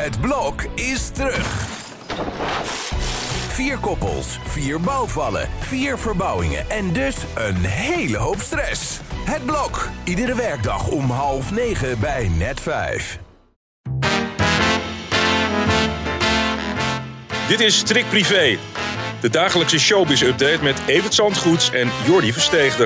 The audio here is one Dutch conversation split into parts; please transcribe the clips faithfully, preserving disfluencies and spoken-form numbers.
Het blok is terug. Vier koppels, vier bouwvallen, vier verbouwingen en dus een hele hoop stress. Het blok, iedere werkdag om half negen bij Net vijf. Dit is Trick Privé, de dagelijkse showbiz-update met Evert Zandgoeds en Jordi Versteegde.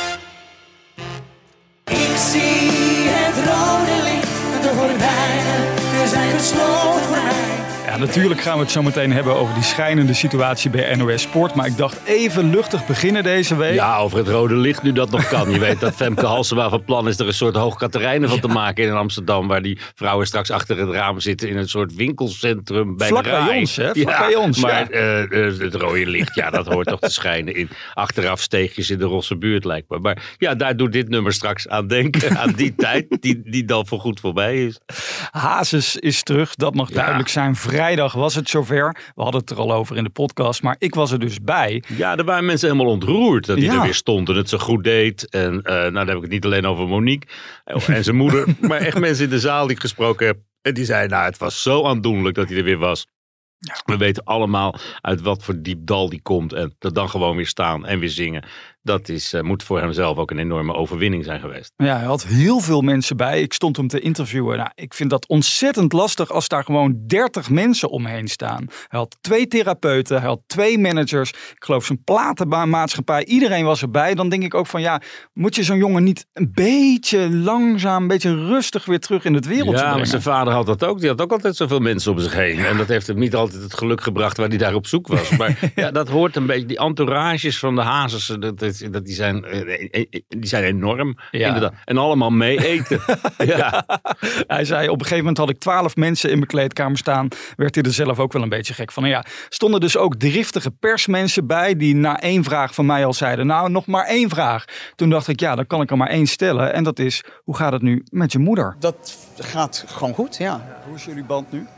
Ik zie het rode licht, de gordijnen, er zijn gesloten voor mij. Ja, natuurlijk gaan we het zo meteen hebben over die schrijnende situatie bij N O S Sport. Maar ik dacht even luchtig beginnen deze week. Ja, over het rode licht nu dat nog kan. Je weet dat Femke Halsema van plan is er een soort Hoog Katerijnen van ja. te maken in Amsterdam. Waar die vrouwen straks achter het raam zitten in een soort winkelcentrum bij Vlak de Rai. bij ons, hè? Vlak ja, bij ons, maar ja. uh, het rode licht, ja, dat hoort toch te schijnen in achterafsteegjes in de Rosse buurt, lijkt me. Maar ja, daar doet dit nummer straks aan denken. Aan die tijd die, die dan voorgoed voorbij is. Hazes is terug, dat mag ja. duidelijk zijn. Vrijdag was het zover. We hadden het er al over in de podcast, maar ik was er dus bij. Ja, er waren mensen helemaal ontroerd dat hij ja. er weer stond en het zo goed deed. En uh, nou, dan heb ik het niet alleen over Monique en zijn moeder, maar echt mensen in de zaal die ik gesproken heb. En die zeiden, nou, het was zo aandoenlijk dat hij er weer was. Ja. We weten allemaal uit wat voor diep dal die komt. En dat dan gewoon weer staan en weer zingen. Dat is, uh, moet voor hemzelf ook een enorme overwinning zijn geweest. Ja, hij had heel veel mensen bij. Ik stond hem te interviewen. Nou, ik vind dat ontzettend lastig als daar gewoon dertig mensen omheen staan. Hij had twee therapeuten, hij had twee managers. Ik geloof zijn platenmaatschappij. Iedereen was erbij. Dan denk ik ook van ja, moet je zo'n jongen niet een beetje langzaam, een beetje rustig weer terug in het wereldje Ja, brengen? maar zijn vader had dat ook. Die had ook altijd zoveel mensen om zich heen. Ja. En dat heeft hem niet altijd het geluk gebracht waar hij daar op zoek was. Maar ja, dat hoort een beetje. Die entourages van de Hazes, dat Dat die, zijn, die zijn enorm. Ja. Inderdaad. En allemaal mee eten. ja. Hij zei op een gegeven moment had ik twaalf mensen in mijn kleedkamer staan. Werd hij er zelf ook wel een beetje gek van. Nou ja, stonden dus ook driftige persmensen bij. Die na één vraag van mij al zeiden. Nou, nog maar één vraag. Toen dacht ik, ja, dan kan ik er maar één stellen. En dat is, hoe gaat het nu met je moeder? Dat gaat gewoon goed, ja. ja hoe is jullie band nu?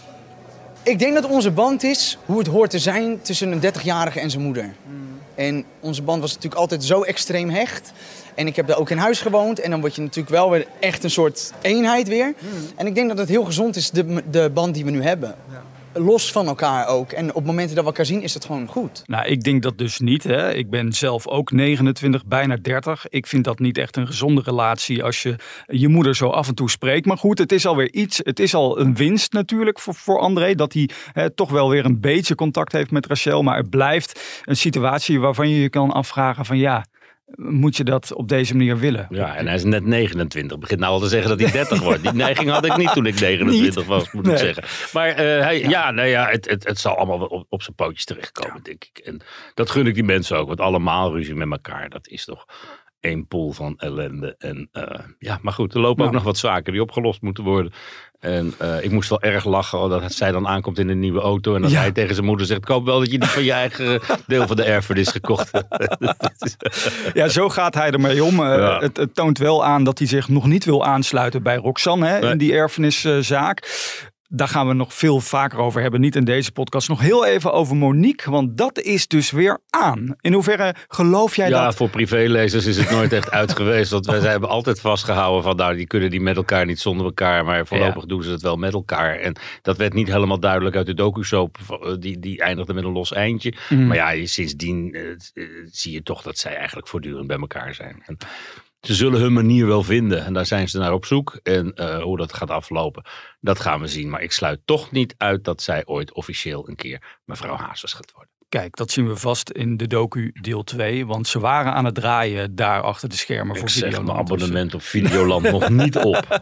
Ik denk dat onze band is hoe het hoort te zijn tussen een dertigjarige en zijn moeder. Hmm. En onze band was natuurlijk altijd zo extreem hecht. En ik heb daar ook in huis gewoond. En dan word je natuurlijk wel weer echt een soort eenheid weer. Hmm. En ik denk dat het heel gezond is, de, de band die we nu hebben. Ja. Los van elkaar ook. En op momenten dat we elkaar zien is het gewoon goed. Nou, ik denk dat dus niet. Hè. Ik ben zelf ook negenentwintig, bijna dertig. Ik vind dat niet echt een gezonde relatie als je je moeder zo af en toe spreekt. Maar goed, het is alweer iets. Het is al een winst natuurlijk voor, voor André. Dat hij hè, toch wel weer een beetje contact heeft met Rachel. Maar het blijft een situatie waarvan je je kan afvragen van ja, moet je dat op deze manier willen? Ja, en hij is net negenentwintig. Begint nou al te zeggen dat hij dertig wordt. Die neiging had ik niet toen ik negenentwintig was, moet nee. ik zeggen. Maar uh, hij, ja. ja, nou ja, het, het, het zal allemaal op, op zijn pootjes terechtkomen, ja. denk ik. En dat gun ik die mensen ook. Want allemaal ruzie met elkaar, dat is toch één pool van ellende. En uh, ja, maar goed, er lopen nou. ook nog wat zaken die opgelost moeten worden. En uh, ik moest wel erg lachen dat zij dan aankomt in een nieuwe auto. En dat ja. hij tegen zijn moeder zegt, ik hoop wel dat je niet van je eigen deel van de erfenis gekocht hebt. Ja, zo gaat hij ermee om. Uh, ja. het, het toont wel aan dat hij zich nog niet wil aansluiten bij Roxanne hè, nee. in die erfeniszaak. Daar gaan we nog veel vaker over hebben. Niet in deze podcast. Nog heel even over Monique. Want dat is dus weer aan. In hoeverre geloof jij ja, dat? Ja, voor privélezers is het nooit echt uit geweest. Want wij hebben altijd vastgehouden van nou, die kunnen die met elkaar niet zonder elkaar. Maar voorlopig ja. doen ze het wel met elkaar. En dat werd niet helemaal duidelijk uit de docusoap. Die, die eindigde met een los eindje. Mm. Maar ja, sindsdien uh, zie je toch dat zij eigenlijk voortdurend bij elkaar zijn. En ze zullen hun manier wel vinden. En daar zijn ze naar op zoek. En uh, hoe dat gaat aflopen, dat gaan we zien. Maar ik sluit toch niet uit dat zij ooit officieel een keer mevrouw Hazes gaat worden. Kijk, dat zien we vast in de docu deel twee. Want ze waren aan het draaien daar achter de schermen ik voor Videoland. Videoland. Ik zeg mijn abonnement op Videoland nog niet op.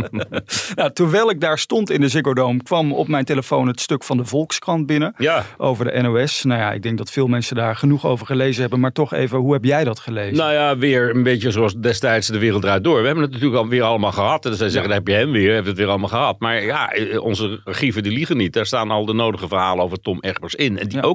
Nou, terwijl ik daar stond in de Ziggo Dome, kwam op mijn telefoon het stuk van de Volkskrant binnen. Ja. Over de N O S. Nou ja, ik denk dat veel mensen daar genoeg over gelezen hebben. Maar toch even, hoe heb jij dat gelezen? Nou ja, weer een beetje zoals destijds De Wereld Draait Door. We hebben het natuurlijk alweer allemaal gehad. En dan zij zeggen, ja. dan heb je hem weer, heeft het weer allemaal gehad. Maar ja, onze archieven die liegen niet. Daar staan al de nodige verhalen over Tom Egbers in. En die ja. ook duidelijk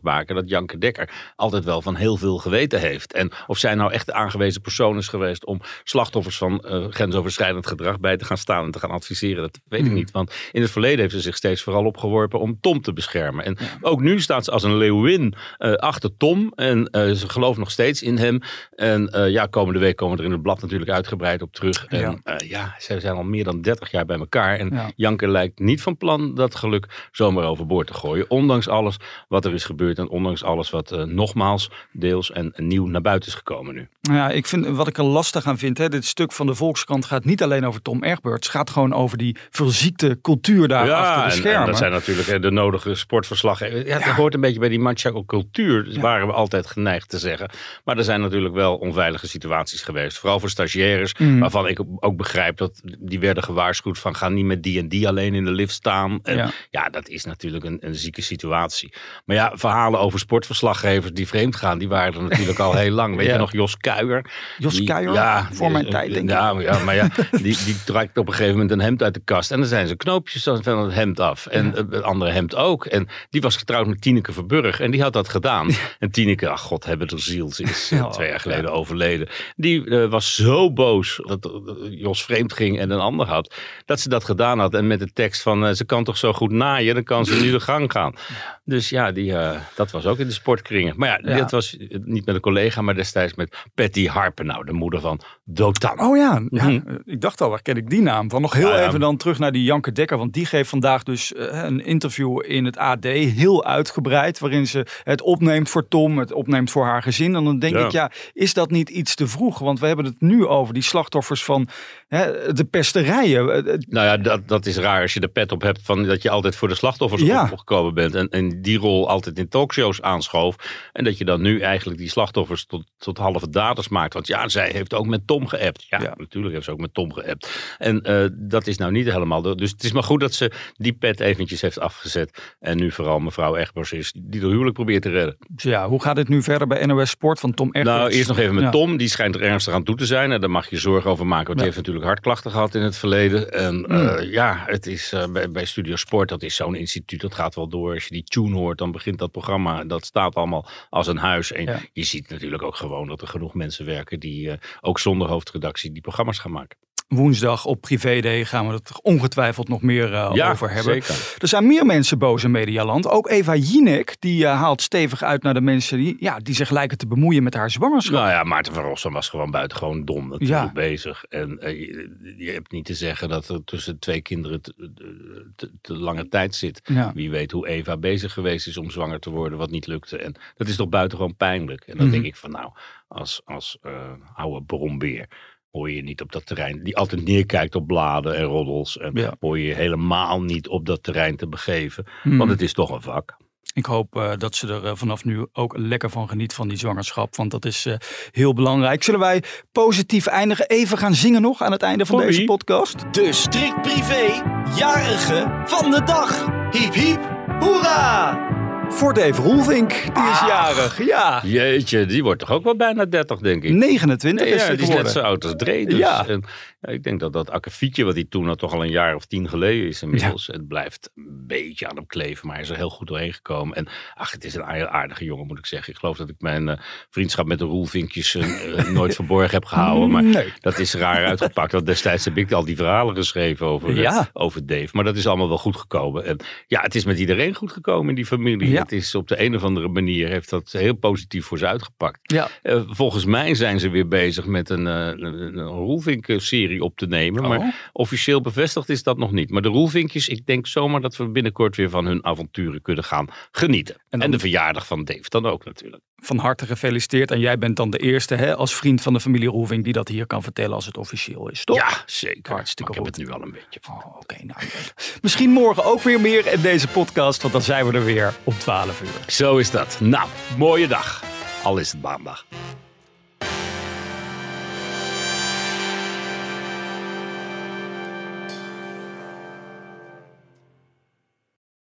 maken dat Janke Dekker altijd wel van heel veel geweten heeft. En of zij nou echt de aangewezen persoon is geweest om slachtoffers van uh, grensoverschrijdend gedrag bij te gaan staan en te gaan adviseren, dat weet ik niet. Want in het verleden heeft ze zich steeds vooral opgeworpen om Tom te beschermen. En ja. ook nu staat ze als een leeuwin uh, achter Tom en uh, ze gelooft nog steeds in hem. En uh, ja, komende week komen we er in het blad natuurlijk uitgebreid op terug. En ja, uh, ja ze zijn al meer dan dertig jaar bij elkaar. En ja. Janke lijkt niet van plan dat geluk zomaar overboord te gooien. Ondanks alles wat er is gebeurd en ondanks alles wat uh, nogmaals deels en nieuw naar buiten is gekomen nu. Ja, ik vind wat ik er lastig aan vind, hè, dit stuk van de Volkskrant gaat niet alleen over Tom Egberts. Het gaat gewoon over die verziekte cultuur daar ja, achter de en, schermen. En dat zijn natuurlijk hè, de nodige sportverslagen. Ja, ja. Dat hoort een beetje bij die macho-cultuur, dat ja. waren we altijd geneigd te zeggen. Maar er zijn natuurlijk wel onveilige situaties geweest. Vooral voor stagiaires, mm. waarvan ik ook begrijp dat die werden gewaarschuwd van ga niet met die en die alleen in de lift staan. En ja. ja, dat is natuurlijk een, een zieke situatie. Maar ja, verhalen over sportverslaggevers die vreemd gaan, die waren er natuurlijk al heel lang. Weet ja. je nog, Jos Kuijer? Jos die, Kuijer? Ja, voor mijn tijd, denk ja, ik. Ja, maar ja, die, die trekt op een gegeven moment een hemd uit de kast en dan zijn ze knoopjes van het hemd af. En ja. het andere hemd ook. En die was getrouwd met Tineke Verburg en die had dat gedaan. Ja. En Tineke, ach god, hebben er ziel, ze is uh, twee jaar geleden ja. overleden. Die uh, was zo boos dat uh, Jos vreemd ging en een ander had, dat ze dat gedaan had. En met de tekst van, uh, ze kan toch zo goed naaien, dan kan ze nu de gang gaan. Dus ja, die, uh, dat was ook in de sportkringen. Maar ja, ja, dat was niet met een collega, maar destijds met Patty Harpenau, de moeder van Dotan. Oh ja, ja mm-hmm. ik dacht al, waar ken ik die naam van? Nog heel ja, even ja. dan terug naar die Janke Dekker, want die geeft vandaag dus uh, een interview in het A D, heel uitgebreid, waarin ze het opneemt voor Tom, het opneemt voor haar gezin. En dan denk ja. ik, ja, is dat niet iets te vroeg? Want we hebben het nu over die slachtoffers van hè, de pesterijen. Nou ja, dat, dat is raar als je de pet op hebt van dat je altijd voor de slachtoffers ja. opgekomen bent. En, en die rol altijd in talkshows aanschoof. En dat je dan nu eigenlijk die slachtoffers tot, tot halve daders maakt. Want ja, zij heeft ook met Tom geappt. Ja, ja. natuurlijk heeft ze ook met Tom geappt. En uh, dat is nou niet helemaal. Dus het is maar goed dat ze die pet eventjes heeft afgezet. En nu vooral mevrouw Egberts is die de huwelijk probeert te redden. Dus ja, hoe gaat het nu verder bij N O S Sport van Tom Egberts? Nou, eerst nog even met ja. Tom. Die schijnt er ernstig aan toe te zijn. En daar mag je zorgen over maken. Want ja. die heeft natuurlijk hartklachten gehad in het verleden. En mm. uh, ja, het is uh, bij, bij Studio Sport, dat is zo'n instituut, dat gaat wel door. Als je die tune hoort, dan begint dat programma. Dat staat allemaal als een huis. En ja. je ziet natuurlijk ook gewoon dat er genoeg mensen werken die uh, ook zonder hoofdredactie die programma's gaan maken. Woensdag op Privé Day gaan we het ongetwijfeld nog meer uh, ja, over hebben. Zeker. Er zijn meer mensen boos in Medialand. Ook Eva Jinek, die uh, haalt stevig uit naar de mensen die, ja, die zich lijken te bemoeien met haar zwangerschap. Nou ja, Maarten van Rossum was gewoon buitengewoon dom natuurlijk ja. bezig. En uh, je, je hebt niet te zeggen dat er tussen twee kinderen te, te, te lange tijd zit. Ja. Wie weet hoe Eva bezig geweest is om zwanger te worden, wat niet lukte. En dat is toch buitengewoon pijnlijk. En dan mm-hmm. denk ik van nou, als, als uh, oude brombeer hoor je niet op dat terrein, die altijd neerkijkt op bladen en roddels. En ja. hoor je helemaal niet op dat terrein te begeven. Hmm. Want het is toch een vak. Ik hoop uh, dat ze er uh, vanaf nu ook lekker van geniet van die zwangerschap. Want dat is uh, heel belangrijk. Zullen wij positief eindigen? Even gaan zingen nog aan het einde van Hoi. deze podcast? De strikt privé jarige van de dag. Hiep hiep, hoera! Voor Dave Roelvink, die ah, is jarig. Ja. Jeetje, die wordt toch ook wel bijna dertig, denk ik. negenentwintig nee, is ja, die is net zo oud als Dre. Dus. Ja. En, ja, ik denk dat dat akkefietje, wat hij toen had, toch al een jaar of tien geleden is inmiddels. Ja. Het blijft een beetje aan hem kleven, maar hij is er heel goed doorheen gekomen. En ach, het is een aardige jongen, moet ik zeggen. Ik geloof dat ik mijn uh, vriendschap met de Roelvinkjes uh, nooit verborgen heb gehouden. Maar nee. dat is raar uitgepakt. Want destijds heb ik al die verhalen geschreven over, uh, ja. over Dave. Maar dat is allemaal wel goed gekomen. En ja, het is met iedereen goed gekomen in die familie. Ja. Het is op de een of andere manier heeft dat heel positief voor ze uitgepakt. Ja. Uh, volgens mij zijn ze weer bezig met een, uh, een, een Roelvink-serie op te nemen. Oh. Maar officieel bevestigd is dat nog niet. Maar de Roelvinkjes, ik denk zomaar dat we binnenkort weer van hun avonturen kunnen gaan genieten. En, dan, en de verjaardag van Dave dan ook natuurlijk. Van harte gefeliciteerd. En jij bent dan de eerste hè, als vriend van de familie Roelvink die dat hier kan vertellen als het officieel is, toch? Ja, zeker. Hartstikke goed. Ik heb het nu al een beetje van. Oh, Oké, okay, nou. Misschien morgen ook weer meer in deze podcast, want dan zijn we er weer om twaalf uur. Zo is dat. Nou, mooie dag. Al is het maandag.